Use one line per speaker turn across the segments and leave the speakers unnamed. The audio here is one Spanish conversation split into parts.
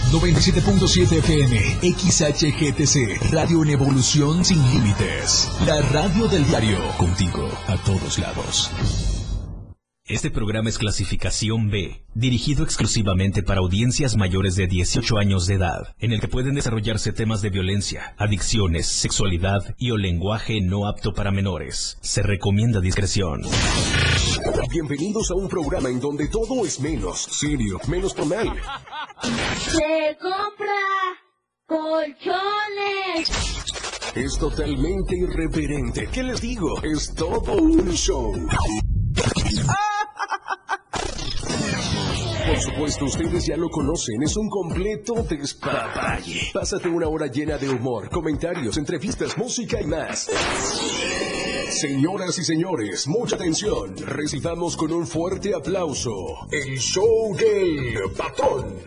97.7 FM, XHGTC, Radio en Evolución Sin Límites. La radio del diario, contigo a todos lados.
Este programa es clasificación B, dirigido exclusivamente para audiencias mayores de 18 años de edad, en el que pueden desarrollarse temas de violencia, adicciones, sexualidad y o lenguaje no apto para menores. Se recomienda discreción.
Bienvenidos a un programa en donde todo es menos serio, menos formal.
Se compra colchones.
Es totalmente irreverente. ¿Qué les digo? Es todo un show. Por supuesto, ustedes ya lo conocen, es un completo despapalle. Pásate una hora llena de humor, comentarios, entrevistas, música y más. Señoras y señores, mucha atención. Recibamos con un fuerte aplauso el show del patrón.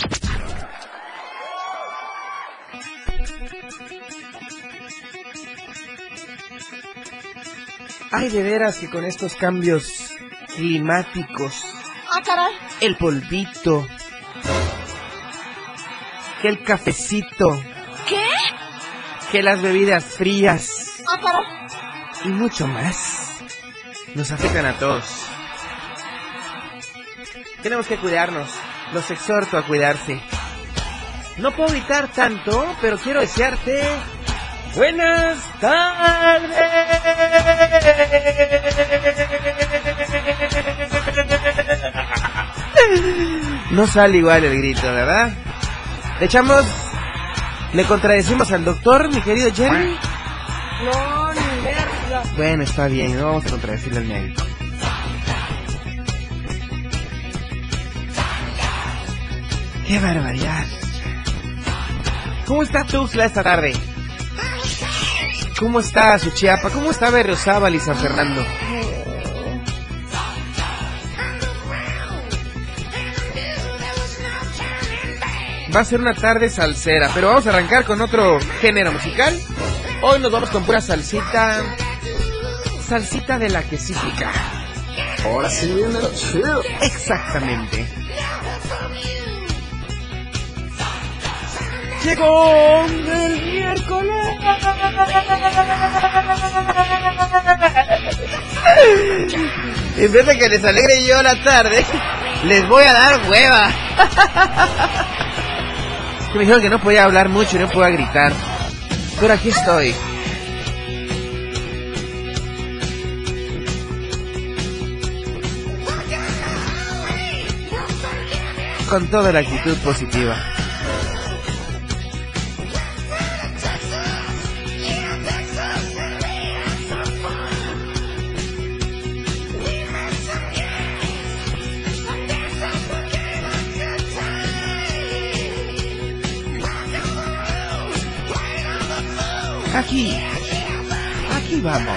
Ay, de veras que con estos cambios climáticos,
Caray.
el polvito, que el cafecito,
¿Qué?
que las bebidas frías
Caray.
y mucho más nos afectan a todos. Tenemos que cuidarnos, los exhorto a cuidarse. No puedo gritar tanto, pero quiero desearte buenas tardes. No sale igual el grito, ¿verdad? Le contradecimos al doctor, mi querido Jerry.
No, ni verga.
Bueno, está bien, no vamos a contradecirle al médico. ¡Qué barbaridad! ¿Cómo está Tuxtla esta tarde? ¿Cómo está Suchiapa? ¿Cómo está Berriozábal y San Fernando? Va a ser una tarde salsera, pero vamos a arrancar con otro género musical. Hoy nos vamos con pura salsita. Salsita de la que sí pica.
Ahora sí viene lo chido.
Exactamente. Llegó el miércoles. En vez de que les alegre yo la tarde, les voy a dar hueva. Me dijeron que no podía hablar mucho y no podía gritar, pero aquí estoy. Con toda la actitud positiva. Aquí vamos.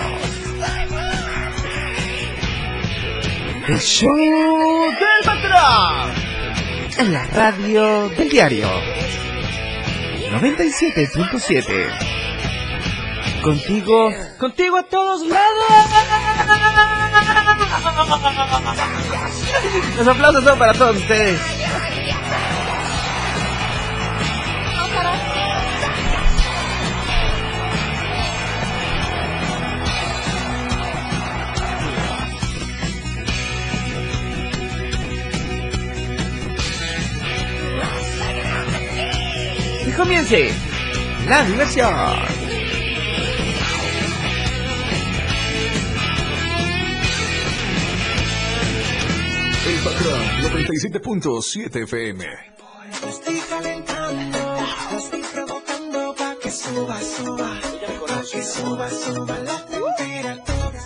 El show del patrón. En la radio del diario 97.7. Contigo a todos lados. Los aplausos son para todos ustedes. Comience la diversión.
El patrón 97.7 FM.
Estoy calentando, estoy provocando pa' que suba la temperatura.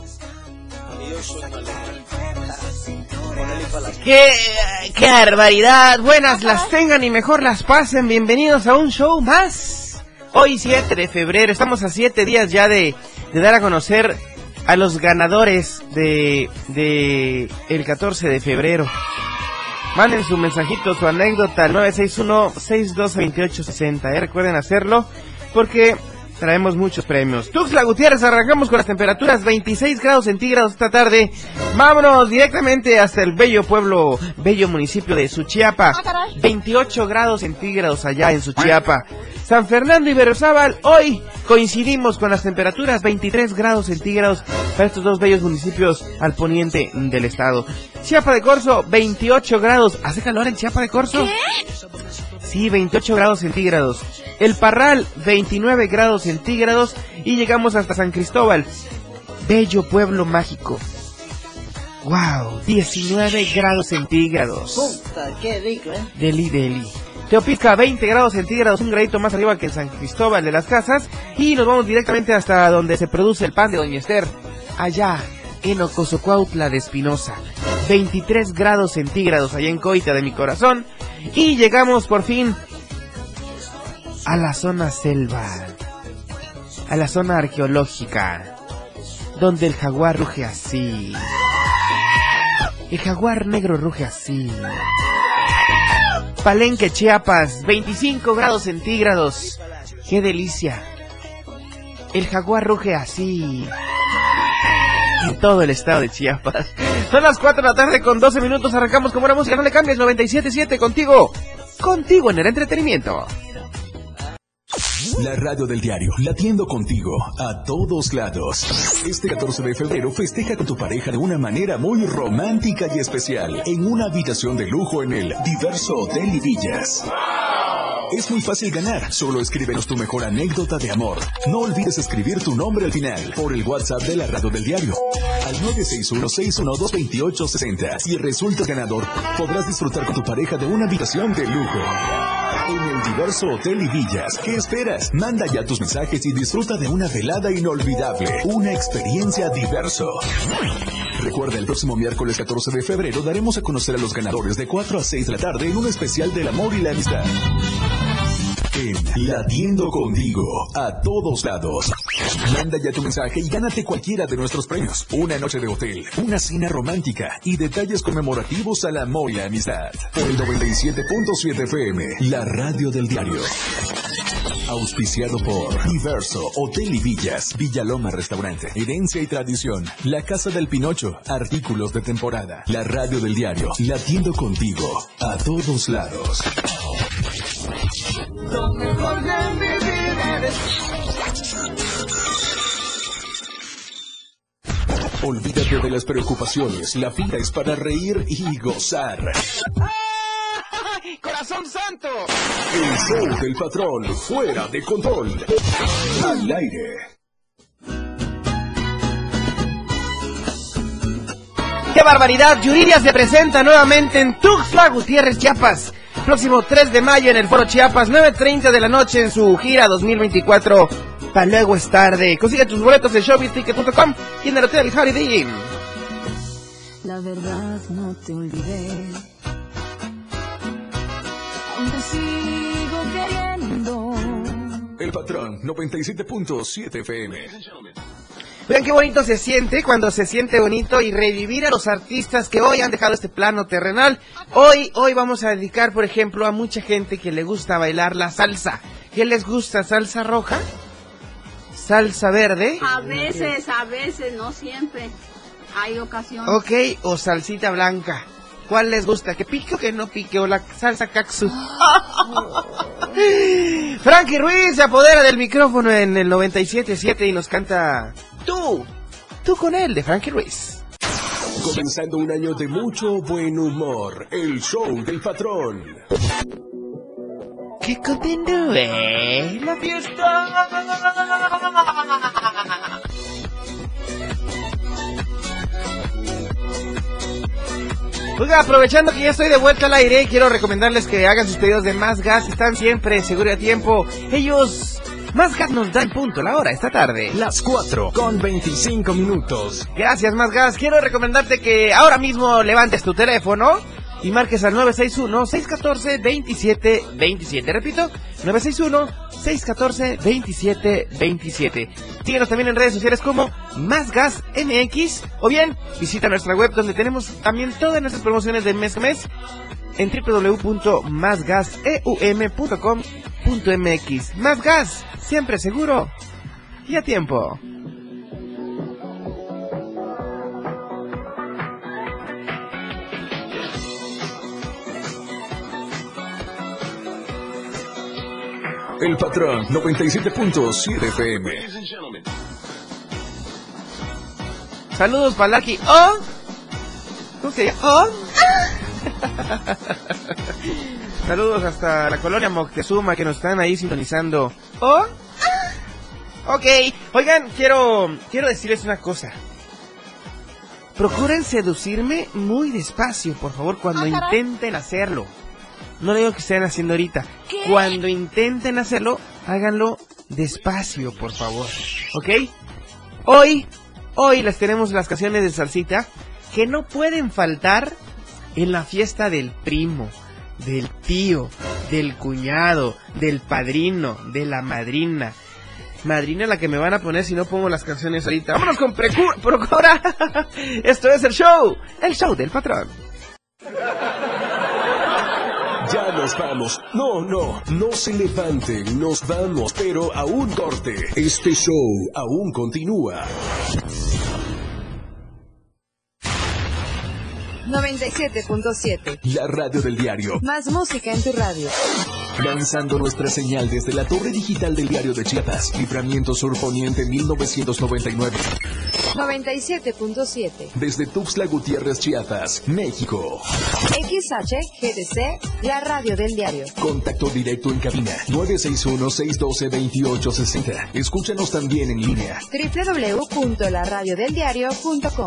¡Qué barbaridad! Buenas las tengan y mejor las pasen. Bienvenidos a un show más. Hoy 7 de febrero, estamos a 7 días ya de dar a conocer a los ganadores de el 14 de febrero. Manden su mensajito, su anécdota al 961-622860. Recuerden hacerlo porque traemos muchos premios. Tuxtla Gutiérrez, arrancamos con las temperaturas 26 grados centígrados esta tarde. Vámonos directamente hasta el bello pueblo, bello municipio de Suchiapa. 28 grados centígrados allá en Suchiapa. San Fernando y Berriozábal, hoy coincidimos con las temperaturas 23 grados centígrados para estos dos bellos municipios al poniente del estado. Chiapa de Corzo, 28 grados. ¿Hace calor en Chiapa de Corzo?
¿Qué?
Sí, 28 grados centígrados. El Parral, 29 grados centígrados. Y llegamos hasta San Cristóbal, bello pueblo mágico. ¡Wow! 19 grados centígrados.
Puta, qué rico,
Deli. Teopisca, 20 grados centígrados, un gradito más arriba que en San Cristóbal de las Casas. Y nos vamos directamente hasta donde se produce el pan de Doña Esther, allá en Ocosocuautla de Espinosa. 23 grados centígrados allá en Coita de mi corazón. Y llegamos por fin a la zona selva, a la zona arqueológica, donde el jaguar ruge así. El jaguar negro ruge así. Palenque, Chiapas, 25 grados centígrados. ¡Qué delicia! El jaguar ruge así en todo el estado de Chiapas. Son las 4 de la tarde con 12 minutos. Arrancamos con buena música. No le cambies, 97.7 contigo en el entretenimiento.
La radio del diario, latiendo contigo a todos lados. Este 14 de febrero festeja con tu pareja de una manera muy romántica y especial en una habitación de lujo en el Diverso Hotel y Villas. Es muy fácil ganar, solo escríbenos tu mejor anécdota de amor. No olvides escribir tu nombre al final por el WhatsApp de la radio del diario al 961-612-2860. Si resultas ganador, podrás disfrutar con tu pareja de una habitación de lujo en el Diverso Hotel y Villas. ¿Qué esperas? Manda ya tus mensajes y disfruta de una velada inolvidable, una experiencia Diverso. Recuerda, el próximo miércoles 14 de febrero daremos a conocer a los ganadores de 4 a 6 de la tarde en un especial del amor y la amistad. En Latiendo Contigo, a todos lados. Manda ya tu mensaje y gánate cualquiera de nuestros premios. Una noche de hotel, una cena romántica y detalles conmemorativos al amor y la amistad. Por el 97.7 FM, la radio del diario. Auspiciado por Diverso Hotel y Villas, Villaloma Restaurante, Herencia y Tradición, La Casa del Pinocho, Artículos de Temporada, la radio del diario, Latiendo Contigo, a todos lados.
Lo mejor de mi vida eres.
Olvídate de las preocupaciones, la vida es para reír y gozar.
¡Corazón santo!
El show del patrón, fuera de control. Al aire.
¡Qué barbaridad! Yuridia se presenta nuevamente en Tuxtla Gutiérrez, Chiapas. Próximo 3 de mayo en el Foro Chiapas, 9:30 de la noche en su gira 2024. Pa' luego es tarde. Consigue tus boletos en showbizticket.com y en el Hotel Holiday Inn.
La verdad no te olvidé. Aún te sigo queriendo.
El patrón, 97.7 FM.
Vean qué bonito se siente cuando se siente bonito y revivir a los artistas que hoy han dejado este plano terrenal. Hoy vamos a dedicar, por ejemplo, a mucha gente que le gusta bailar la salsa. ¿Qué les gusta? ¿Salsa roja? ¿Salsa verde?
A veces, no siempre. Hay ocasiones.
Ok, o salsita blanca. ¿Cuál les gusta? ¿Que pique o que no pique? ¿O la salsa Caxu? Frankie Ruiz se apodera del micrófono en el 97.7 y nos canta Tú con él, de Frankie Ruiz.
Comenzando un año de mucho buen humor, el show del patrón.
Que continúe la fiesta. Oiga, aprovechando que ya estoy de vuelta al aire, quiero recomendarles que hagan sus pedidos de Más Gas. Están siempre seguro y a tiempo. Ellos, Más Gas, nos dan punto la hora esta tarde.
Las 4:25.
Gracias, Más Gas. Quiero recomendarte que ahora mismo levantes tu teléfono y marques al 961-614-2727. Repito, 961-614-2727. Síguenos también en redes sociales como Más Gas MX, o bien visita nuestra web donde tenemos también todas nuestras promociones de mes a mes. en www.masgaseum.com.mx. Más gas, siempre seguro y a tiempo.
El Patrón 97.7 FM.
Saludos para Lucky. ¿Oh? ¿Cómo se llama? ¿Oh? Saludos hasta la colonia Moctezuma que nos están ahí sintonizando. ¿Oh? Ok, oigan, quiero decirles una cosa. Procuren seducirme muy despacio, por favor, cuando intenten hacerlo. No digo que estén haciendo ahorita.
¿Qué?
Cuando intenten hacerlo, háganlo despacio, por favor. ¿Ok? Hoy les tenemos las canciones de salsita que no pueden faltar en la fiesta del primo, del tío, del cuñado, del padrino, de la madrina. Madrina la que me van a poner si no pongo las canciones ahorita. ¡Vámonos con Procura! Esto es el show del patrón.
Ya nos vamos. No se levanten, nos vamos, pero a un corte. Este show aún continúa.
97.7.
La radio del diario.
Más música en tu radio.
Lanzando nuestra señal desde la torre digital del diario de Chiapas. Libramiento Sur Poniente 1999.
97.7.
Desde Tuxtla Gutiérrez, Chiapas, México.
XHGDC, la radio del diario.
Contacto directo en cabina 961-612-2860. Escúchanos también en línea.
www.laradiodeldiario.com.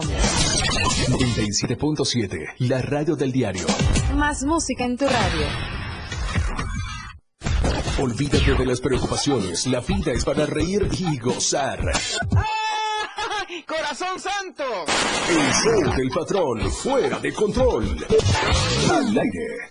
97.7, la radio del diario.
Más música en tu radio.
Olvídate de las preocupaciones. La vida es para reír y gozar.
¡Corazón santo!
El show del patrón, fuera de control. Al aire.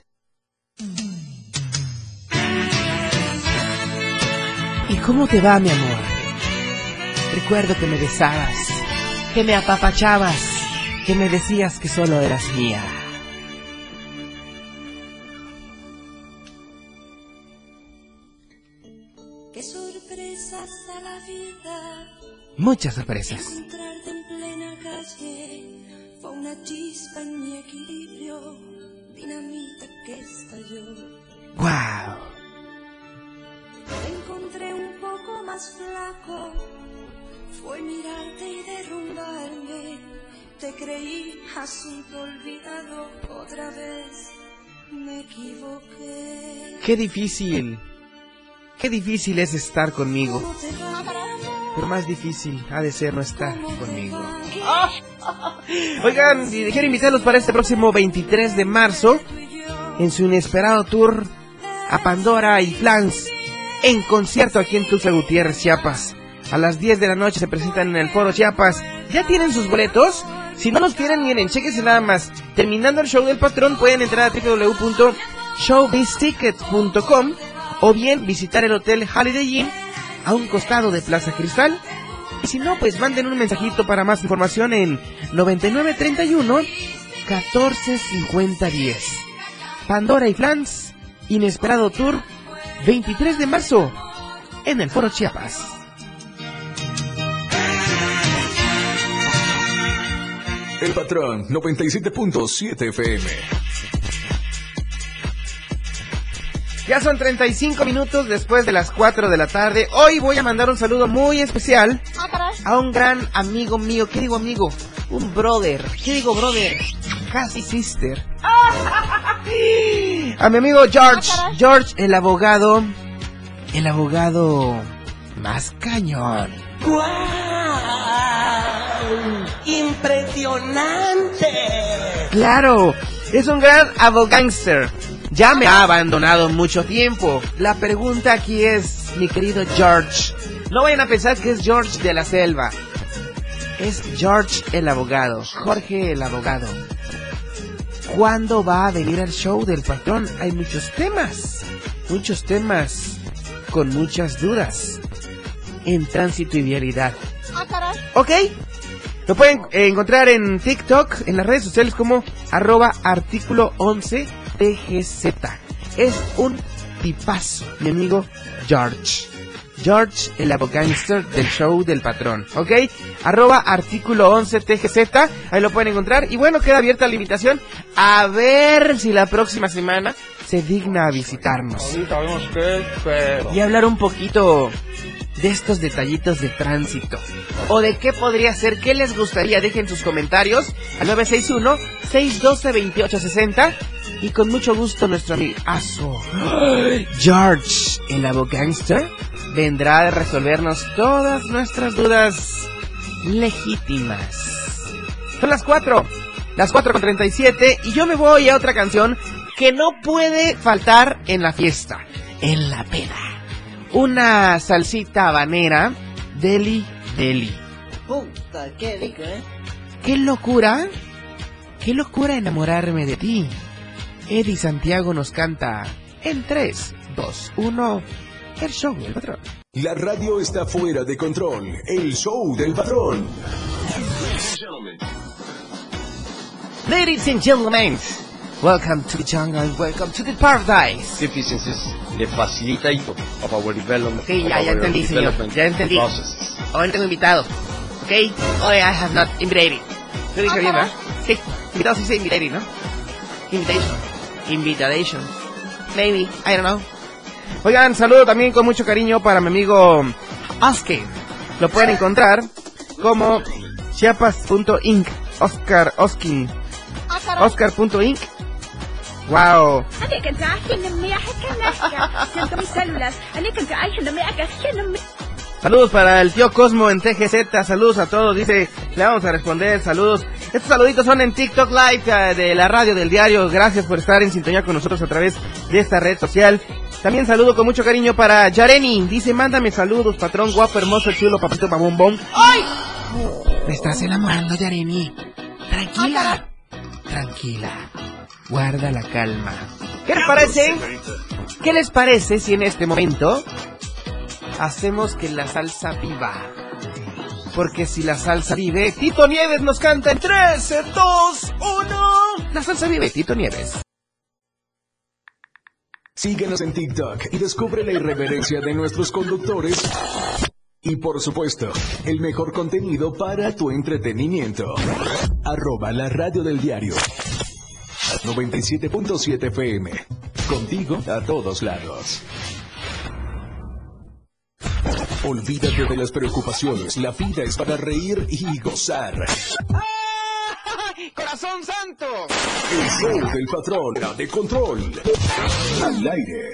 ¿Y cómo te va, mi amor? Recuerdo que me besabas, que me apapachabas, que me decías que solo eras mía.
Qué sorpresas a la vida.
Muchas sorpresas.
Encontrarte en plena calle fue una chispa en mi equilibrio, dinamita que estalló.
¡Wow!
Te encontré un poco más flaco, fue mirarte y derrumbarme. Te creí asunto olvidado, otra vez me equivoqué.
¡Qué difícil! ¡Qué difícil es estar conmigo! Pero más difícil ha de ser no estar conmigo. Oigan, quiero invitarlos para este próximo 23 de marzo en su inesperado tour a Pandora y Flans en concierto aquí en Tuxtla Gutiérrez, Chiapas. A las 10 de la noche se presentan en el Foro Chiapas. ¿Ya tienen sus boletos? Si no los tienen, miren, chéquense nada más. Terminando el show del patrón pueden entrar a www.showbiztickets.com o bien visitar el hotel Holiday Inn a un costado de Plaza Cristal. Y si no, pues manden un mensajito para más información en 9931 145010. Pandora y Flans, inesperado tour, 23 de marzo en el Foro Chiapas.
El patrón 97.7 FM.
Ya son 35 minutos después de las 4 de la tarde. Hoy voy a mandar un saludo muy especial a un gran amigo mío. ¿Qué digo amigo? Un brother. ¿Qué digo brother? Casi sister. A mi amigo George. George, el abogado más cañón.
¡Guau! ¡Impresionante!
Claro, es un gran abogánster. Ya me ha abandonado mucho tiempo. La pregunta aquí es, mi querido George, no vayan a pensar que es George de la Selva. Es George el abogado, Jorge el abogado. ¿Cuándo va a venir al show del patrón? Hay muchos temas con muchas dudas en tránsito y vialidad. ¿Ok? Lo pueden encontrar en TikTok, en las redes sociales como @artículo11 TGZ. Es un tipazo, mi amigo George, el abogánster del show del patrón, ¿ok? @artículo 11 TGZ, ahí lo pueden encontrar. Y bueno, queda abierta la invitación a ver si la próxima semana se digna a visitarnos.
Ahorita vemos qué, pero...
Y hablar un poquito de estos detallitos de tránsito. O de qué podría ser, qué les gustaría. Dejen sus comentarios al 961-612-2860. Y con mucho gusto nuestro amigazo George, el abogánster, vendrá a resolvernos todas nuestras dudas legítimas. Son las 4:37, y yo me voy a otra canción que no puede faltar en la fiesta, en la peda. Una salsita habanera, Deli Deli.
Puta, qué rico, ¿eh?
¡Qué locura enamorarme de ti! Eddie Santiago nos canta en 3, 2, 1, el show del patrón.
La radio está fuera de control. El show del patrón.
Ladies and gentlemen, welcome to the jungle and welcome to the paradise.
Deficiencies le facilita of our development.
Sí, ya entendí, señor. Ya entendí. Hoy tengo invitado. Ok, hoy I have not invited. ¿Lo dije bien, verdad? Sí, invitado sí se invited, ¿no? Invitation. Maybe, I don't know. Oigan, saludo también con mucho cariño para mi amigo Oscar. Lo pueden encontrar como chiapas.inc. Oscar.inc. Wow. Saludos para el tío Cosmo en TGZ, saludos a todos, dice, le vamos a responder, saludos. Estos saluditos son en TikTok Live de la radio del diario, gracias por estar en sintonía con nosotros a través de esta red social. También saludo con mucho cariño para Yareni, dice, mándame saludos, patrón, guapo, hermoso, chulo, papito, pabombón. ¡Ay! Me estás enamorando, Yareni. Tranquila, guarda la calma. ¿Qué les parece si en este momento hacemos que la salsa viva? Porque si la salsa vive, Tito Nieves nos canta en 3, 2, 1. La salsa vive, Tito Nieves.
Síguenos en TikTok y descubre la irreverencia de nuestros conductores. Y por supuesto, el mejor contenido para tu entretenimiento. @la radio del diario. 97.7 FM. Contigo a todos lados. Olvídate de las preocupaciones. La vida es para reír y gozar.
¡Corazón santo!
El show del patrón de control. Al aire.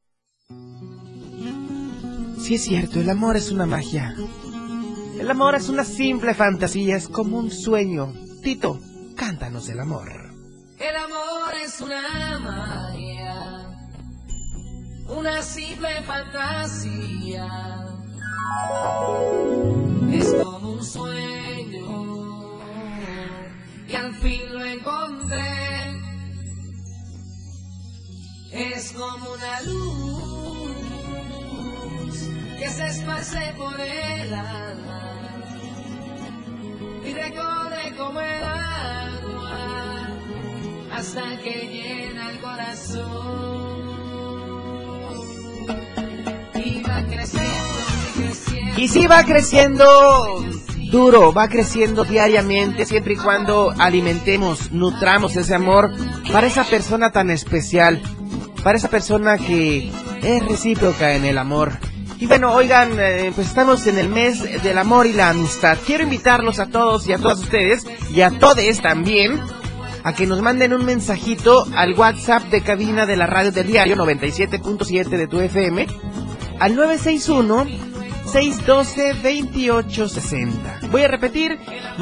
Sí es cierto, el amor es una magia. El amor es una simple fantasía, es como un sueño. Tito, cántanos el amor.
El amor es una magia, una simple fantasía. Es como un sueño y al fin lo encontré. Es como una luz que se esparce por el alma y recorre como el agua hasta que llena el corazón. Y va creciendo y creciendo.
Y sí, va creciendo duro, va creciendo diariamente, siempre y cuando alimentemos, nutramos ese amor para esa persona tan especial, para esa persona que es recíproca en el amor. Y bueno, oigan, pues estamos en el mes del amor y la amistad. Quiero invitarlos a todos y a todas ustedes, y a todes también, a que nos manden un mensajito al WhatsApp de cabina de la radio del diario 97.7 de tu FM, al 961-612-2860. Voy a repetir,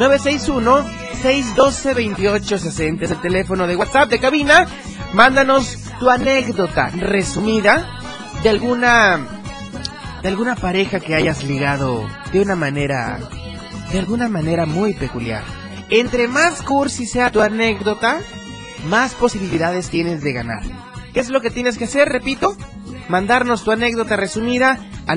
961-612-2860 es el teléfono de WhatsApp de cabina. Mándanos tu anécdota resumida de alguna pareja que hayas ligado de alguna manera muy peculiar. Entre más cursi sea tu anécdota, más posibilidades tienes de ganar. ¿Qué es lo que tienes que hacer? Repito, mandarnos tu anécdota resumida al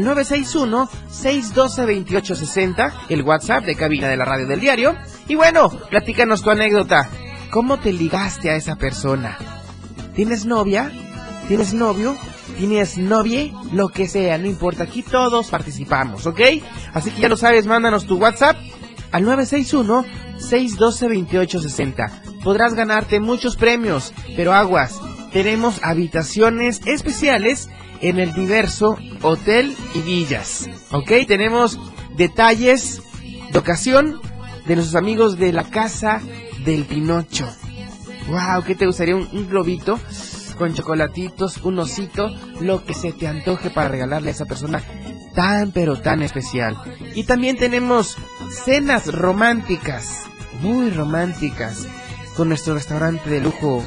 961-612-2860, el WhatsApp de cabina de la radio del diario. Y bueno, platícanos tu anécdota. ¿Cómo te ligaste a esa persona? ¿Tienes novia? ¿Tienes novio? ¿Tienes novie? Lo que sea, no importa, aquí todos participamos, ¿ok? Así que ya lo sabes, mándanos tu WhatsApp al 961-612-2860. Podrás ganarte muchos premios, pero aguas, tenemos habitaciones especiales en el Diverso Hotel y Villas, ¿ok? Tenemos detalles de ocasión de nuestros amigos de la Casa del Pinocho. Wow, ¿qué te gustaría? Un globito con chocolatitos, un osito, lo que se te antoje para regalarle a esa persona tan pero tan especial. Y también tenemos cenas románticas, muy románticas, con nuestro restaurante de lujo.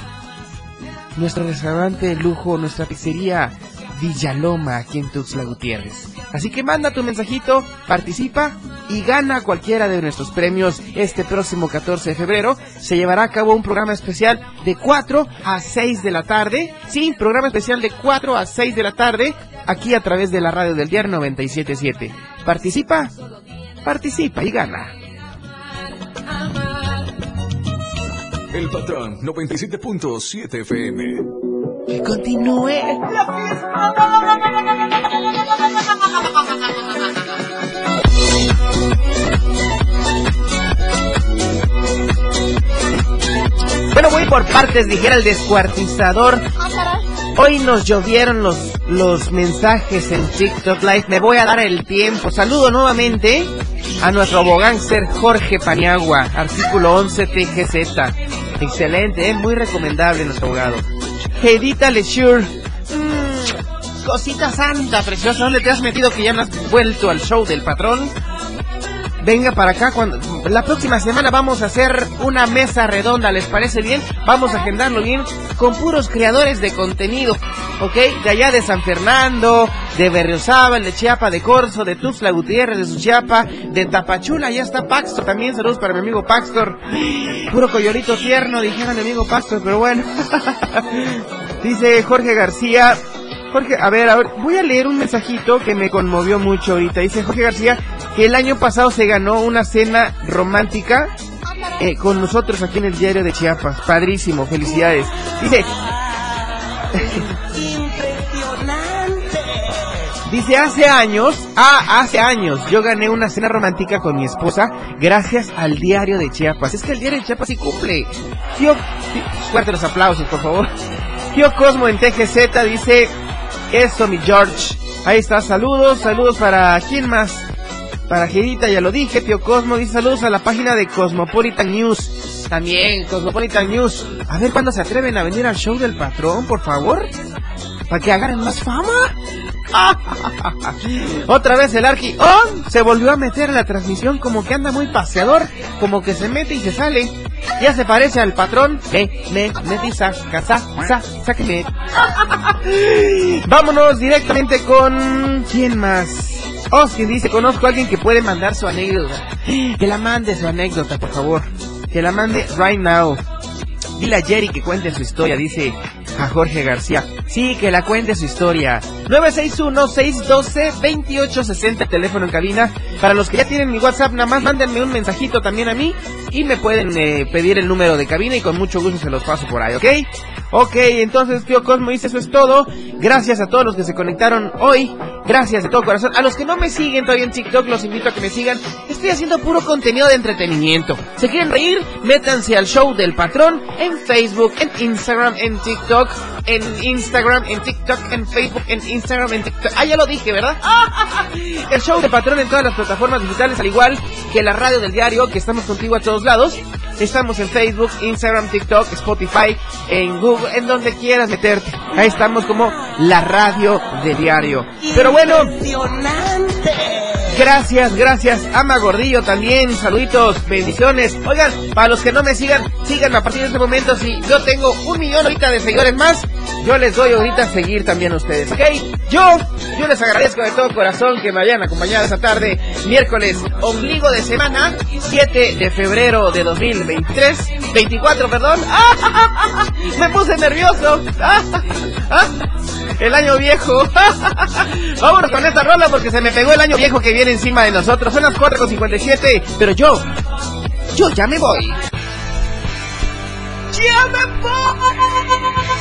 Nuestra pizzería Villaloma, aquí en Tuxtla Gutiérrez. Así que manda tu mensajito, participa y gana cualquiera de nuestros premios. Este próximo 14 de febrero se llevará a cabo un programa especial de 4 a 6 de la tarde. Sí, programa especial de 4 a 6 de la tarde, aquí a través de la radio del diario 97.7. Participa y gana.
El Patrón 97.7 FM.
Que continúe la fiesta. Bueno, voy por partes, dijera el descuartizador. Hoy nos llovieron los mensajes en TikTok Live. Me voy a dar el tiempo. Saludo nuevamente a nuestro abogánster Jorge Paniagua, artículo 11 TGZ. Excelente, muy recomendable nuestro abogado. Heidita Lesure, cosita santa, preciosa, ¿dónde te has metido que ya no has vuelto al show del patrón? Venga para acá, la próxima semana vamos a hacer una mesa redonda, ¿les parece bien? Vamos a agendarlo bien con puros creadores de contenido, ¿ok? De allá de San Fernando, de Berriozábal, de Chiapa de Corzo, de Tuxtla Gutiérrez, de Suchiapa, de Tapachula, ya está Paxtor, también saludos para mi amigo Paxtor. Puro coyorito tierno, dijera mi amigo Paxtor, pero bueno. Dice Jorge García... Jorge, a ver, voy a leer un mensajito que me conmovió mucho ahorita. Dice Jorge García que el año pasado se ganó una cena romántica con nosotros aquí en el diario de Chiapas. Padrísimo, felicidades. Dice... ¡Impresionante! Dice, hace años yo gané una cena romántica con mi esposa gracias al diario de Chiapas. Es que el diario de Chiapas sí cumple. Fuerte los aplausos, por favor. Tío Cosmo en TGZ dice... Eso, mi George. Ahí está, saludos para... ¿quién más? Para Gerita, ya lo dije. Tío Cosmo dice saludos a la página de Cosmopolitan News. También, Cosmopolitan News. A ver cuándo se atreven a venir al show del patrón, por favor. Para que agarren más fama. Otra vez el Arqui se volvió a meter en la transmisión, como que anda muy paseador, como que se mete y se sale. Ya se parece al patrón. Mete y sáqueme. Vámonos directamente con... ¿quién más? Austin dice, conozco a alguien que puede mandar su anécdota. Que la mande su anécdota, por favor. Que la mande right now. Dile a Jerry que cuente su historia, dice a Jorge García. Sí, que la cuente su historia. 961-612-2860, teléfono en cabina. Para los que ya tienen mi WhatsApp, nada más mándenme un mensajito también a mí y me pueden pedir el número de cabina y con mucho gusto se los paso por ahí, ¿ok? Ok, entonces, tío Cosmo dice, eso es todo. Gracias a todos los que se conectaron hoy. Gracias de todo corazón. A los que no me siguen todavía en TikTok, los invito a que me sigan. Estoy haciendo puro contenido de entretenimiento. ¿Se quieren reír? Métanse al show del patrón en Facebook, en Instagram, en TikTok, en Instagram, en TikTok, en Facebook, en Instagram, en TikTok. Ah, ya lo dije, ¿verdad? El show del patrón en todas las plataformas digitales, al igual que la radio del diario, que estamos contigo a todos lados. Estamos en Facebook, Instagram, TikTok, Spotify, en Google, en donde quieras meterte. Ahí estamos como la radio del diario. Pero bueno, gracias. Ama Gordillo también, saluditos, bendiciones. Oigan, para los que no me sigan, síganme a partir de este momento. Si yo tengo 1 millón ahorita de seguidores más, yo les doy ahorita a seguir también a ustedes, ¿ok? Yo les agradezco de todo corazón que me hayan acompañado esta tarde, miércoles, ombligo de semana, 7 de febrero de 24, perdón. Me puse nervioso. El año viejo. Vámonos con esta rola porque se me pegó el año viejo que viene encima de nosotros. Son las 4:57, pero yo ya me voy. ¡Ya me voy!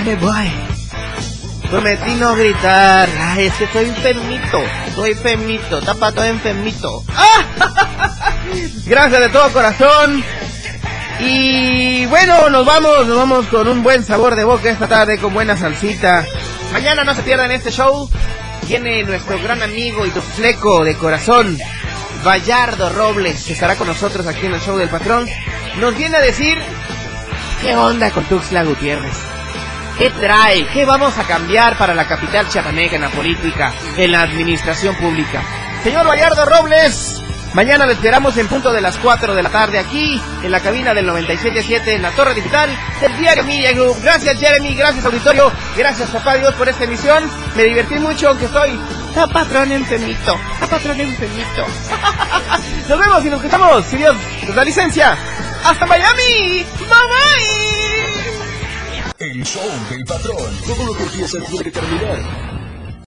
me voy. Prometí no gritar. Ay, es que estoy enfermito. Tapa, estoy enfermito. Gracias de todo corazón. Y bueno, nos vamos con un buen sabor de boca esta tarde, con buena salsita. Mañana no se pierdan este show. Viene nuestro gran amigo y fleco de corazón, Bayardo Robles, que estará con nosotros aquí en el show del patrón. Nos viene a decir qué onda con Tuxtla Gutiérrez, qué trae, qué vamos a cambiar para la capital chiapaneca en la política, en la administración pública. Señor Bayardo Robles, mañana lo esperamos en punto de las 4 de la tarde aquí en la cabina del 97.7 en la torre digital del diario Media Group. Gracias Jeremy, gracias auditorio, gracias papá Dios por esta emisión. Me divertí mucho aunque estoy a patrón enfermito. Nos vemos y nos escuchamos, si Dios nos da licencia. ¡Hasta Miami! ¡Bye bye!
El show del patrón. Todo lo que empieza tiene que terminar.